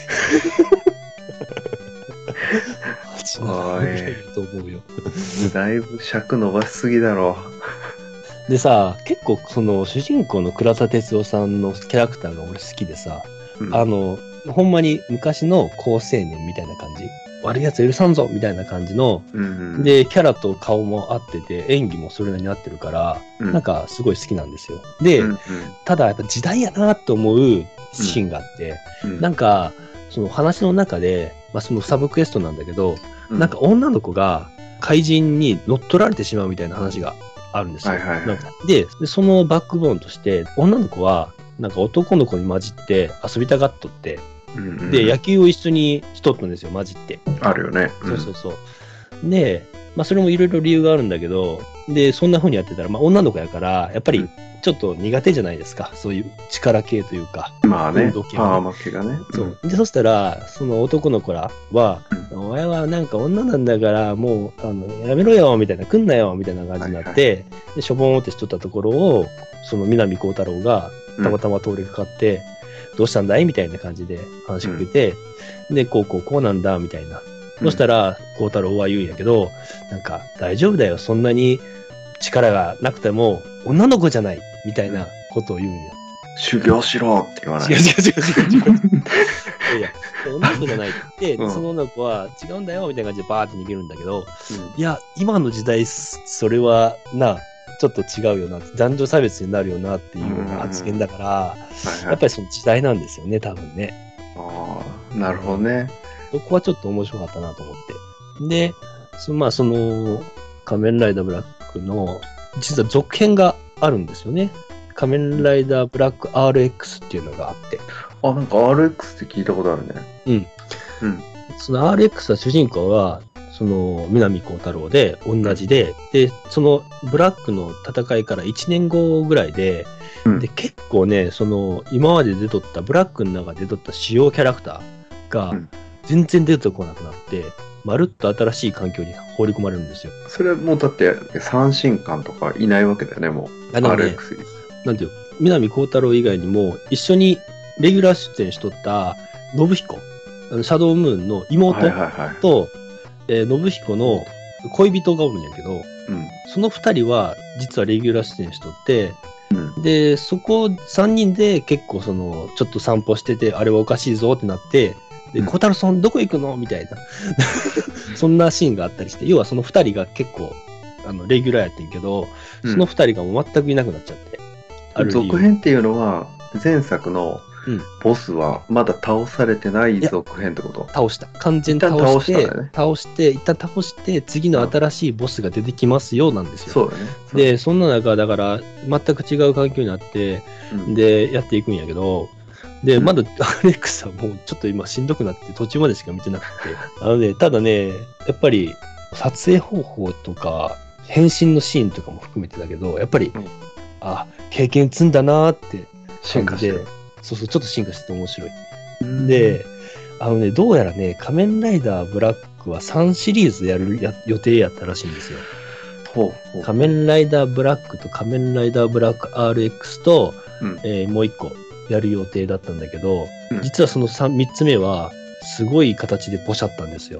8、7話ぐらいだと思うよ。 だいぶ尺伸ばしすぎだろう。でさ、結構主人公の倉田哲夫さんのキャラクターが俺好きでさ、ほんまに昔の好青年みたいな感じ。悪いやつ許さんぞみたいな感じの、で、キャラと顔も合ってて、演技もそれなりに合ってるから、なんかすごい好きなんですよ。で、ただやっぱ時代やなと思うシーンがあって、なんか、その話の中で、まあそのサブクエストなんだけど、なんか女の子が怪人に乗っ取られてしまうみたいな話があるんですよ。で、そのバックボーンとして、女の子は、なんか男の子に混じって遊びたがっとって、で、野球を一緒にしとったんですよ、混じって。 あるよね。 そう。で、まあそれもいろいろ理由があるんだけど、で、そんな風にやってたら、まあ女の子やから、やっぱりちょっと苦手じゃないですか、そういう力系というか。 まあね、パワー負けがね。 そう。で、そしたら、その男の子らは、お前はなんか女なんだから、もう、やめろよ、みたいな、来んなよ、みたいな感じになって、で、しょぼーんってしとったところを、その南光太郎がたまたま通りかかって、どうしたんだいみたいな感じで話しかけて、で、こうなんだ、みたいな。そしたら、光太郎は言うんやけど、なんか、大丈夫だよ、そんなに力がなくても、女の子じゃない、みたいなことを言うんよ。 修行しろって言わない。 違う。いや、女の子じゃないって言って、その女の子は違うんだよ、みたいな感じでバーって逃げるんだけど、いや、今の時代、それはちょっと違うよな、男女差別になるよなっていうような発言だから、やっぱりその時代なんですよね、多分ね。 ああ、なるほどね。 そこはちょっと面白かったなと思って。で、まあその仮面ライダーブラックの、実は続編があるんですよね。仮面ライダーブラック RX っていうのがあって。 なんか RX って聞いたことあるね。 その RX は主人公は、その南光太郎で同じで、で、そのブラックの戦いから1年後ぐらいで、で、結構ね、今まで出とったブラックの中で出とった主要キャラクターが全然出てこなくなって、まるっと新しい環境に放り込まれるんですよ。 それもうだって三神官とかいないわけだよね、もう。RX に。 なんていう、南光太郎以外にも一緒にレギュラー出演しとった信彦、シャドウムーンの妹と、信彦の恋人がおるんやけど、その2人は実はレギュラー出演しとって、で、そこ3人で結構ちょっと散歩してて、あれはおかしいぞってなって、で、小太郎さんどこ行くのみたいな。そんなシーンがあったりして、要はその2人が結構、レギュラーやってんけど、その2人がもう全くいなくなっちゃって。 続編っていうのは、前作のボスはまだ倒されてない続編ってこと？ 倒した。完全に倒して、一旦倒して、次の新しいボスが出てきますよ、なんですよ。 そうだね。 で、そんな中、だから、全く違う環境になって、で、やっていくんやけど、で、まだアレックスはもうちょっと今しんどくなって途中までしか見てなくて、ただね、やっぱり撮影方法とか、変身のシーンとかも含めてだけど、やっぱり、経験積んだなーって進化して、 ちょっと進化してて面白い。で、どうやらね、仮面ライダーブラックは3シリーズやる予定やったらしいんですよ。仮面ライダーブラックと仮面ライダーブラック RX と、もう一個やる予定だったんだけど、実はその 3つ目はすごい形でポシャったんですよ。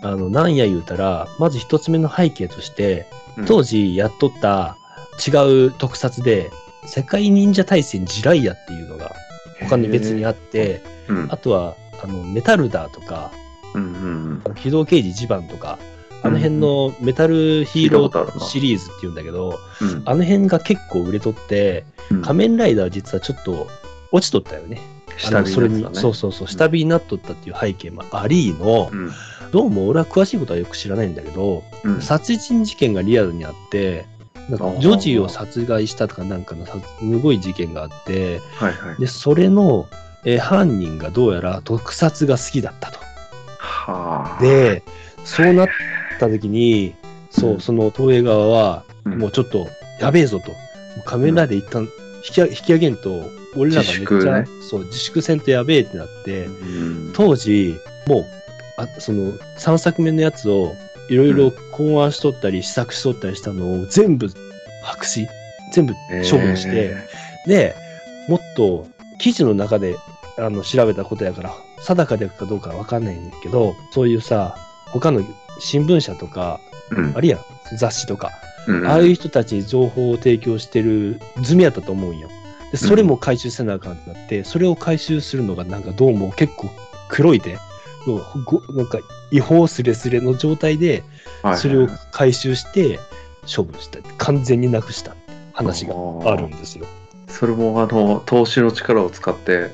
なんや言うたら、まず一つ目の背景として、 うん当時やっとった違う特撮で、世界忍者大戦ジライヤっていうのが他に別にあって、 うんあとは、メタルダーとか、 うんうん機動刑事ジバンとか、あの辺のメタルヒーローシリーズっていうんだけど、 うんあの辺が結構売れとって、 うん仮面ライダーは実はちょっと落ちとったよね。 下火それに、 のやつだね。 そう、下火になっとったっていう背景もありの、 うんどうも俺は詳しいことはよく知らないんだけど、 うん殺人事件がリアルにあって、なんか女児を殺害したとかなんかのむごい事件があって、 はいはい。 で、それの、犯人がどうやら特撮が好きだったと。 はあ。 で、そうなった時に、そうう、 んその東映側は、 うんもうちょっとやべえぞと。もう仮面ライダー一旦引き上げんと、俺らがめっちゃ、 自粛ねそう、自粛せんとやべえってなって、 うん当時、もう、その3作目のやつをいろいろ考案しとったり試作しとったりしたのを全部白紙、全部処分して、で、もっと記事の中で調べたことやから、定かでかどうかわかんないんだけど、そういうさ、他の新聞社とか、あるいは雑誌とか、ああいう人たちに情報を提供してる済みやったと思うんよ。で、それも回収せなあかんってなって、それを回収するのがなんかどうも結構黒いで、なんか違法スレスレの状態で、それを回収して処分した。完全になくした話があるんですよ。 それも投資の力を使って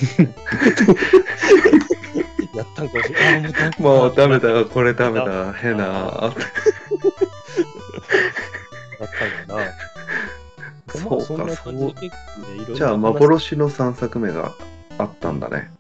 やったんかもしれない。 もうダメだ、これダメだ、変な。 やったんかな。 そうか、 そんな感じで結構ね、いろいろじゃあ幻の3作目があったんだね。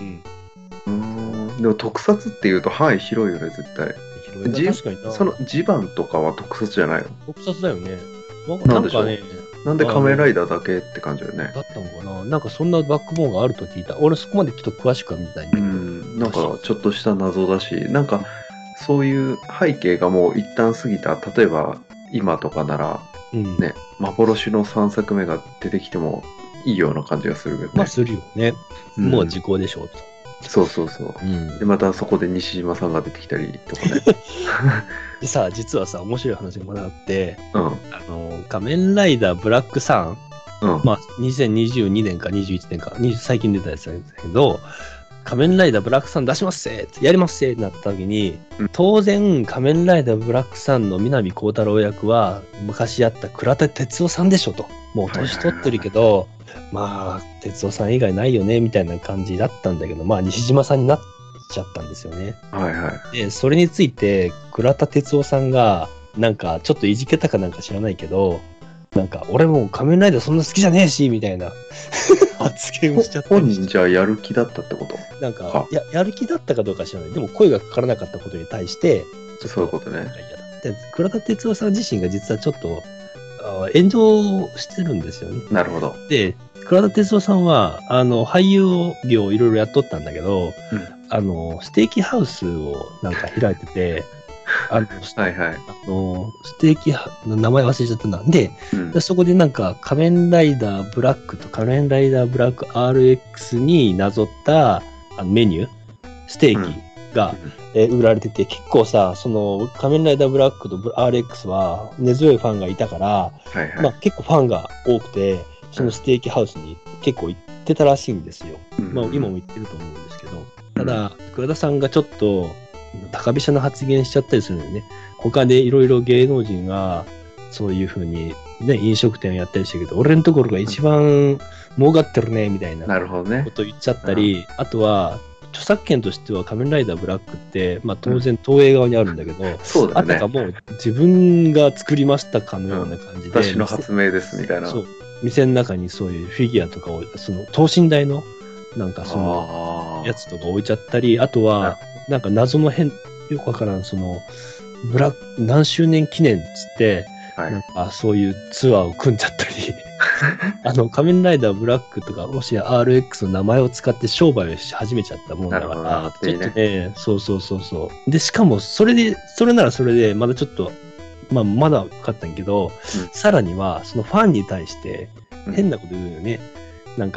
でも特撮っていうと範囲広いよね、絶対。 確かにな。 そのジバンとかは特撮じゃないの？ 特撮だよね。 なんでしょうね。 なんで仮面ライダーだけって感じだよね。 だったのかな。なんかそんなバックボーンがあると聞いた。俺そこまでちょっと詳しくは見たいんだけど。 なんかちょっとした謎だし、なんかそういう背景がもう一旦過ぎた、例えば今とかならね、幻の3作目が出てきてもいいような感じがするけどね。 まあするよね。もう時効でしょうと。 そうそうそう。でまたそこで西島さんが出てきたりとかね。 でさ、実はさ、面白い話がまだあって、仮面ライダーブラックさん、まあ2022年か21年か、最近出たやつなんですけど、仮面ライダーブラックさん出しますせーやりますせーってなった時に、当然仮面ライダーブラックさんの南光太郎役は昔やった倉田哲夫さんでしょと。もう年取ってるけど、まあ哲夫さん以外ないよねみたいな感じだったんだけど、まあ西島さんになっちゃったんですよね。でそれについて倉田哲夫さんがなんかちょっといじけたかなんか知らないけど、なんか俺もう仮面ライダーそんな好きじゃねえしみたいな発言をしちゃった。 本人じゃあやる気だったってこと？ なんかやる気だったかどうか知らない。でも声がかからなかったことに対してそういうことね。 で倉田哲夫さん自身が実はちょっと炎上してるんですよね。 なるほど。 で倉田哲夫さんは俳優業をいろいろやっとったんだけど、ステーキハウスをなんか開いててステーキの名前忘れちゃったな。で、そこでなんか仮面ライダーブラックと仮面ライダーブラック RX になぞったメニュー、ステーキが、売られてて、結構さ、その仮面ライダーブラックと RX は根強いファンがいたから、まあ結構ファンが多くて、そのステーキハウスに結構行ってたらしいんですよ。まあ今も行ってると思うんですけど、ただ、倉田さんがちょっと高飛車な発言しちゃったりするのよね。他でいろいろ芸能人がそういう風にね、飲食店をやったりしてるけど、俺のところが一番儲かってるね、みたいなこと言っちゃったり、あとは、著作権としては仮面ライダーブラックって、まあ当然東映側にあるんだけど、あたかもう自分が作りましたかのような感じで。 私の発明ですみたいな。 そう。店の中にそういうフィギュアとかを、その等身大のなんかそのやつとか置いちゃったり、あとは、なんか謎のよくわからん、その、何周年記念っつって、なんかそういうツアーを組んじゃったり、仮面ライダーブラックとか、もしや RX の名前を使って商売をし始めちゃったもんだから、ちょっとね、そう。で、しかも、それならそれで、まだちょっと、まあ、まだ分かったんやけど、さらには、そのファンに対して、変なこと言うよね。なんか、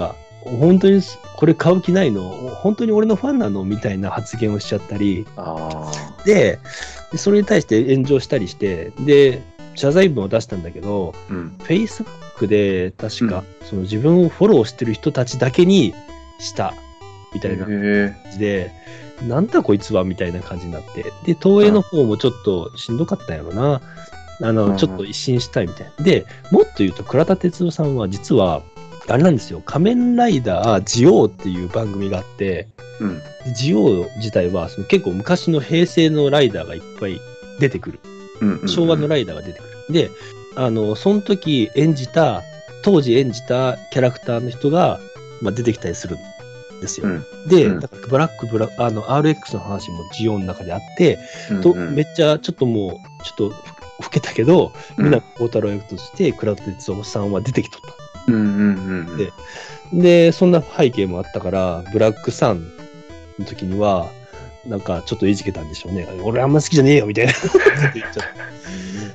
本当にこれ買う気ないの？本当に俺のファンなの？みたいな発言をしちゃったり、で、それに対して炎上したりして、で、謝罪文を出したんだけど、Facebook で確か、その自分をフォローしてる人たちだけにした、みたいな感じで、なんだこいつはみたいな感じになって、で、東映の方もちょっとしんどかったんやろな。ちょっと一新したいみたいな。で、もっと言うと、倉田哲夫さんは実は、あれなんですよ、仮面ライダージオウっていう番組があって、ジオウ自体はその結構昔の平成のライダーがいっぱい出てくる。昭和のライダーが出てくる。で、その時当時演じたキャラクターの人が、出てきたりするんですよ。で、だからRX の話もジオウの中であって、めっちゃちょっともう、ちょっと老けたけど、南光太郎役として倉田哲夫さんは出てきとった。で、そんな背景もあったから、ブラックサンの時には、なんかちょっといじけたんでしょうね。俺あんま好きじゃねえよみたいな言っちゃった。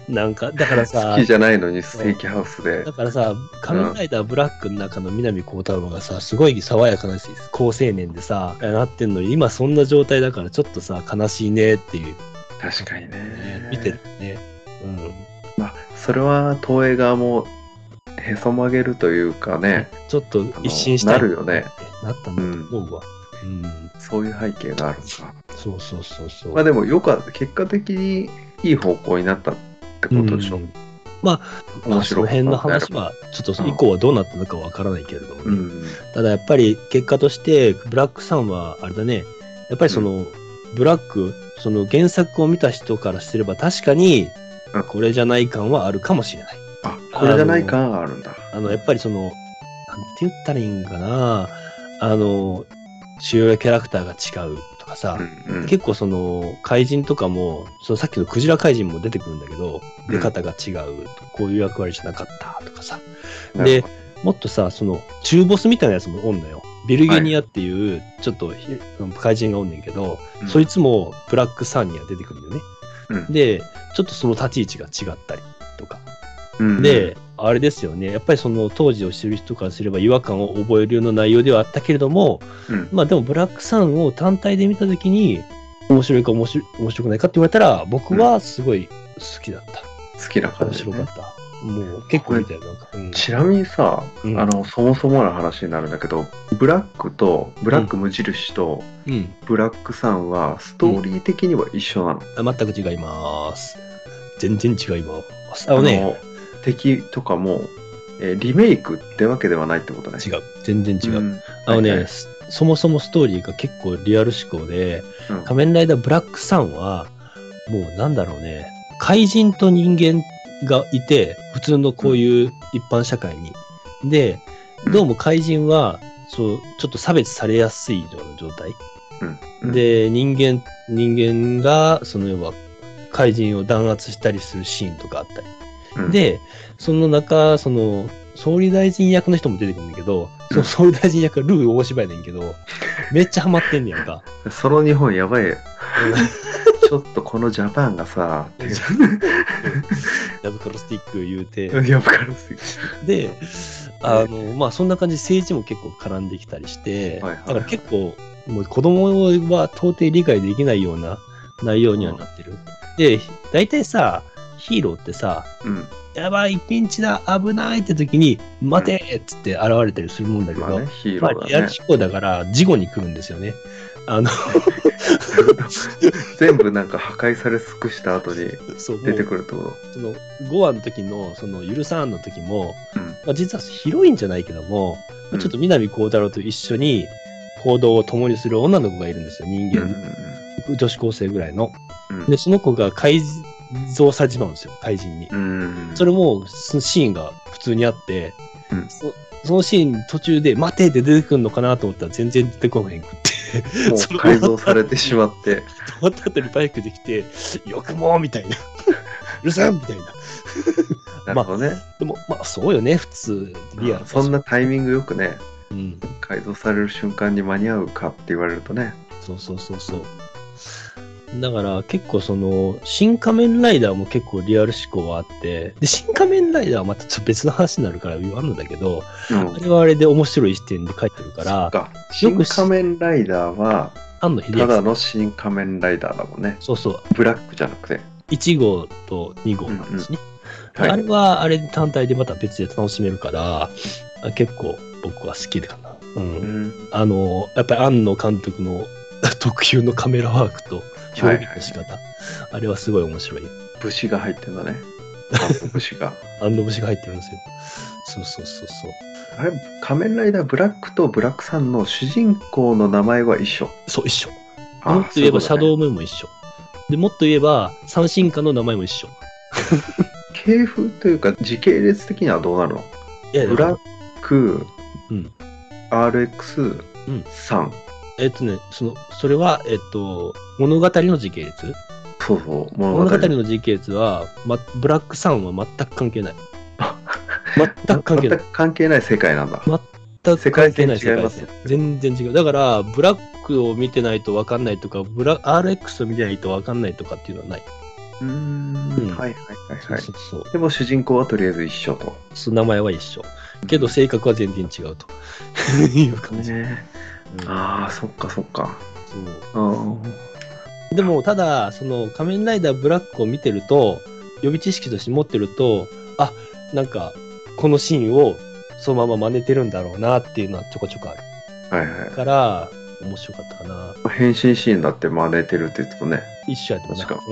なんか、だからさ、 好きじゃないのにステーキハウスで。 だからさ、仮面ライダーブラックの中の南光太郎がさ、すごい爽やかな好青年でさ、なってんのに、今そんな状態だからちょっとさ、悲しいねっていう。 確かにね。 見てるね。 それは東映側もへそ曲げるというかね、 ちょっと一新したいなるよね。 なったんだと思うわ。 そういう背景があるのか。 そう。 でも結果的にいい方向になったってことでしょ。 面白い。その辺の話は、ちょっと以降はどうなったのかわからないけれどもね。ただやっぱり結果として、ブラックさんはあれだね、やっぱりその、ブラック、その原作を見た人からすれば確かに、これじゃない感はあるかもしれない。 これじゃない感があるんだ。 やっぱりその、なんて言ったらいいんかな、主要キャラクターが違うとかさ、結構その、怪人とかも、そのさっきのクジラ怪人も出てくるんだけど、出方が違う、こういう役割じゃなかったとかさ。で、もっとさ、その、中ボスみたいなやつもおんのよ。ビルゲニアっていう、ちょっと怪人がおんねんけど、そいつもブラックサンには出てくるんだよね。で、ちょっとその立ち位置が違ったりとか。で、あれですよね。やっぱりその当時を知る人からすれば違和感を覚えるような内容ではあったけれども、でもブラックサンを単体で見たときに、面白いか面白くないかって言われたら、僕はすごい好きだった。 好きな感じ、 面白かった。もう結構見たよ。 ちなみにさ、そもそもの話になるんだけど、ブラック無印と、ブラックサンはストーリー的には一緒なの？ 全く違います。全然違います。 敵とかも、リメイクってわけではないってことね。 違う。全然違う。そもそもストーリーが結構リアル思考で、仮面ライダーブラックサンは、もうなんだろうね、怪人と人間がいて、普通のこういう一般社会に。で、どうも怪人は、ちょっと差別されやすいような状態。で、人間が、要は、怪人を弾圧したりするシーンとかあったり。で、その中、総理大臣役の人も出てくるんだけど、その総理大臣役がルー大芝居ねんけど、めっちゃハマってんねやんか。 その日本やばいよ。ちょっとこのジャパンがさ、 ヤブカロスティック言うて。 ヤブカロスティック。 で、そんな感じで政治も結構絡んできたりして、だから結構、もう子供は到底理解できないような内容にはなってる。で、大体さ、ヒーローってさ、やばい、ピンチだ、危ないって時に、待てっつって現れたりするもんだけど、リアル思考だから事後に来るんですよね。 全部なんか破壊され尽くした後に出てくるってこと？ その5話の時の、許さんの時も、実はヒロインじゃないけども、ちょっと南光太郎と一緒に行動を共にする女の子がいるんですよ、人間。女子高生ぐらいの。で、その子が改造されちまうんですよ、怪人に。それも、そのシーンが普通にあって、そのシーン途中で、待てって出てくるのかなと思ったら全然出てこへんくって。 もう改造されてしまって。 止まった後にバイクできて、よくもみたいな。うるさんみたいな。 なるほどね。 でも、そうよね、普通。 リアル。そんなタイミングよくね、改造される瞬間に間に合うかって言われるとね。 そう。 だから結構新仮面ライダーも結構リアル思考はあって、で、新仮面ライダーはまたちょっと別の話になるから言わんのだけど、あれはあれで面白い視点で書いてるから、 新仮面ライダーは、 庵野秀明ただの新仮面ライダーだもんね。 そうそう。 ブラックじゃなくて。 1号と2号なんですね。あれはあれ単体でまた別で楽しめるから、結構僕は好きかな。やっぱり庵野監督の特有のカメラワークと表現の仕方、あれはすごい面白い。 武士が入ってるんだね。庵野武士が。 庵野節が入ってるんですよ。そう。 あれ、仮面ライダーブラックとブラックさんの主人公の名前は一緒。 そう、一緒。もっと言えばシャドウムーンも一緒。で、もっと言えば三神花の名前も一緒。 系譜というか時系列的にはどうなるの？ブラック、RX、3。 それは、物語の時系列？ そうそう、 物語の時系列は、ブラックさんは全く関係ない。全く関係ない。 全く関係ない世界なんだ。 全く関係ない世界ですね。全然違う。だから、ブラックを見てないと分かんないとか、RX を見てないと分かんないとかっていうのはない。 はい。でも主人公はとりあえず一緒と。 名前は一緒。けど性格は全然違うという感じ。 そっか。 でも、ただ、仮面ライダーブラックを見てると、予備知識として持ってると、なんか、このシーンをそのまま真似てるんだろうなっていうのはちょこちょこある。だから、面白かったかな。 変身シーンだって真似てるって言ってもね。 一緒やったな。 確か。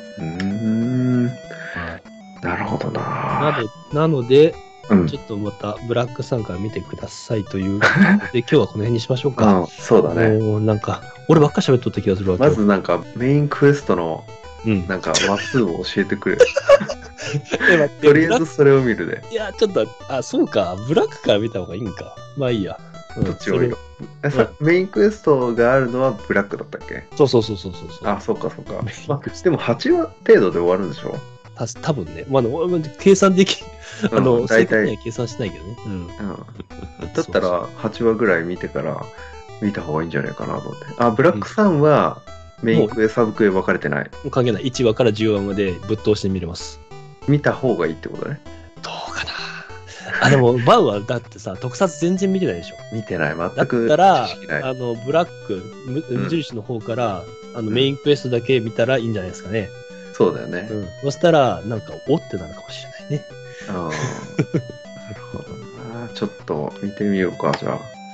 なるほどな。 なので、ちょっとまたブラックさんから見てくださいというで、今日はこの辺にしましょうか。 そうだね。 なんか、俺ばっか喋っとった気がするわけ。 まずなんかメインクエストのなんか話数を教えてくれ。とりあえずそれを見るで。 いや、ちょっと、そうか。ブラックから見た方がいいんか。まあいいや。 どっちを見る？メインクエストがあるのはブラックだったっけ？ そう。 そうか。でも8話程度で終わるんでしょ？ 多分ね。計算でき、正確には計算しないけどね。 だったら8話ぐらい見てから見た方がいいんじゃないかなと思って。ブラックさんはメインクエ、サブクエ分かれてない？ もう関係ない。1話から10話までぶっ通して見れます。 見た方がいいってことね。 どうかな。でも、バウはだってさ、特撮全然見てないでしょ。 見てない、全く。 だったら、ブラック、無印の方から、メインクエストだけ見たらいいんじゃないですかね。 そうだよね。 そしたら、なんか、おってなるかもしれないね。 なるほどな。ちょっと見てみようか、じゃあ。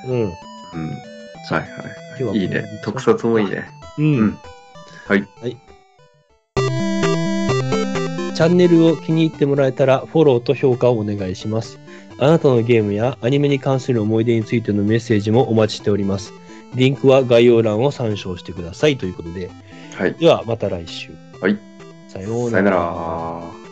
はい。いいね。特撮もいいね。はい。 チャンネルを気に入ってもらえたらフォローと評価をお願いします。あなたのゲームやアニメに関する思い出についてのメッセージもお待ちしております。リンクは概要欄を参照してくださいということで。ではまた来週。 はい。 さようなら。 さよなら。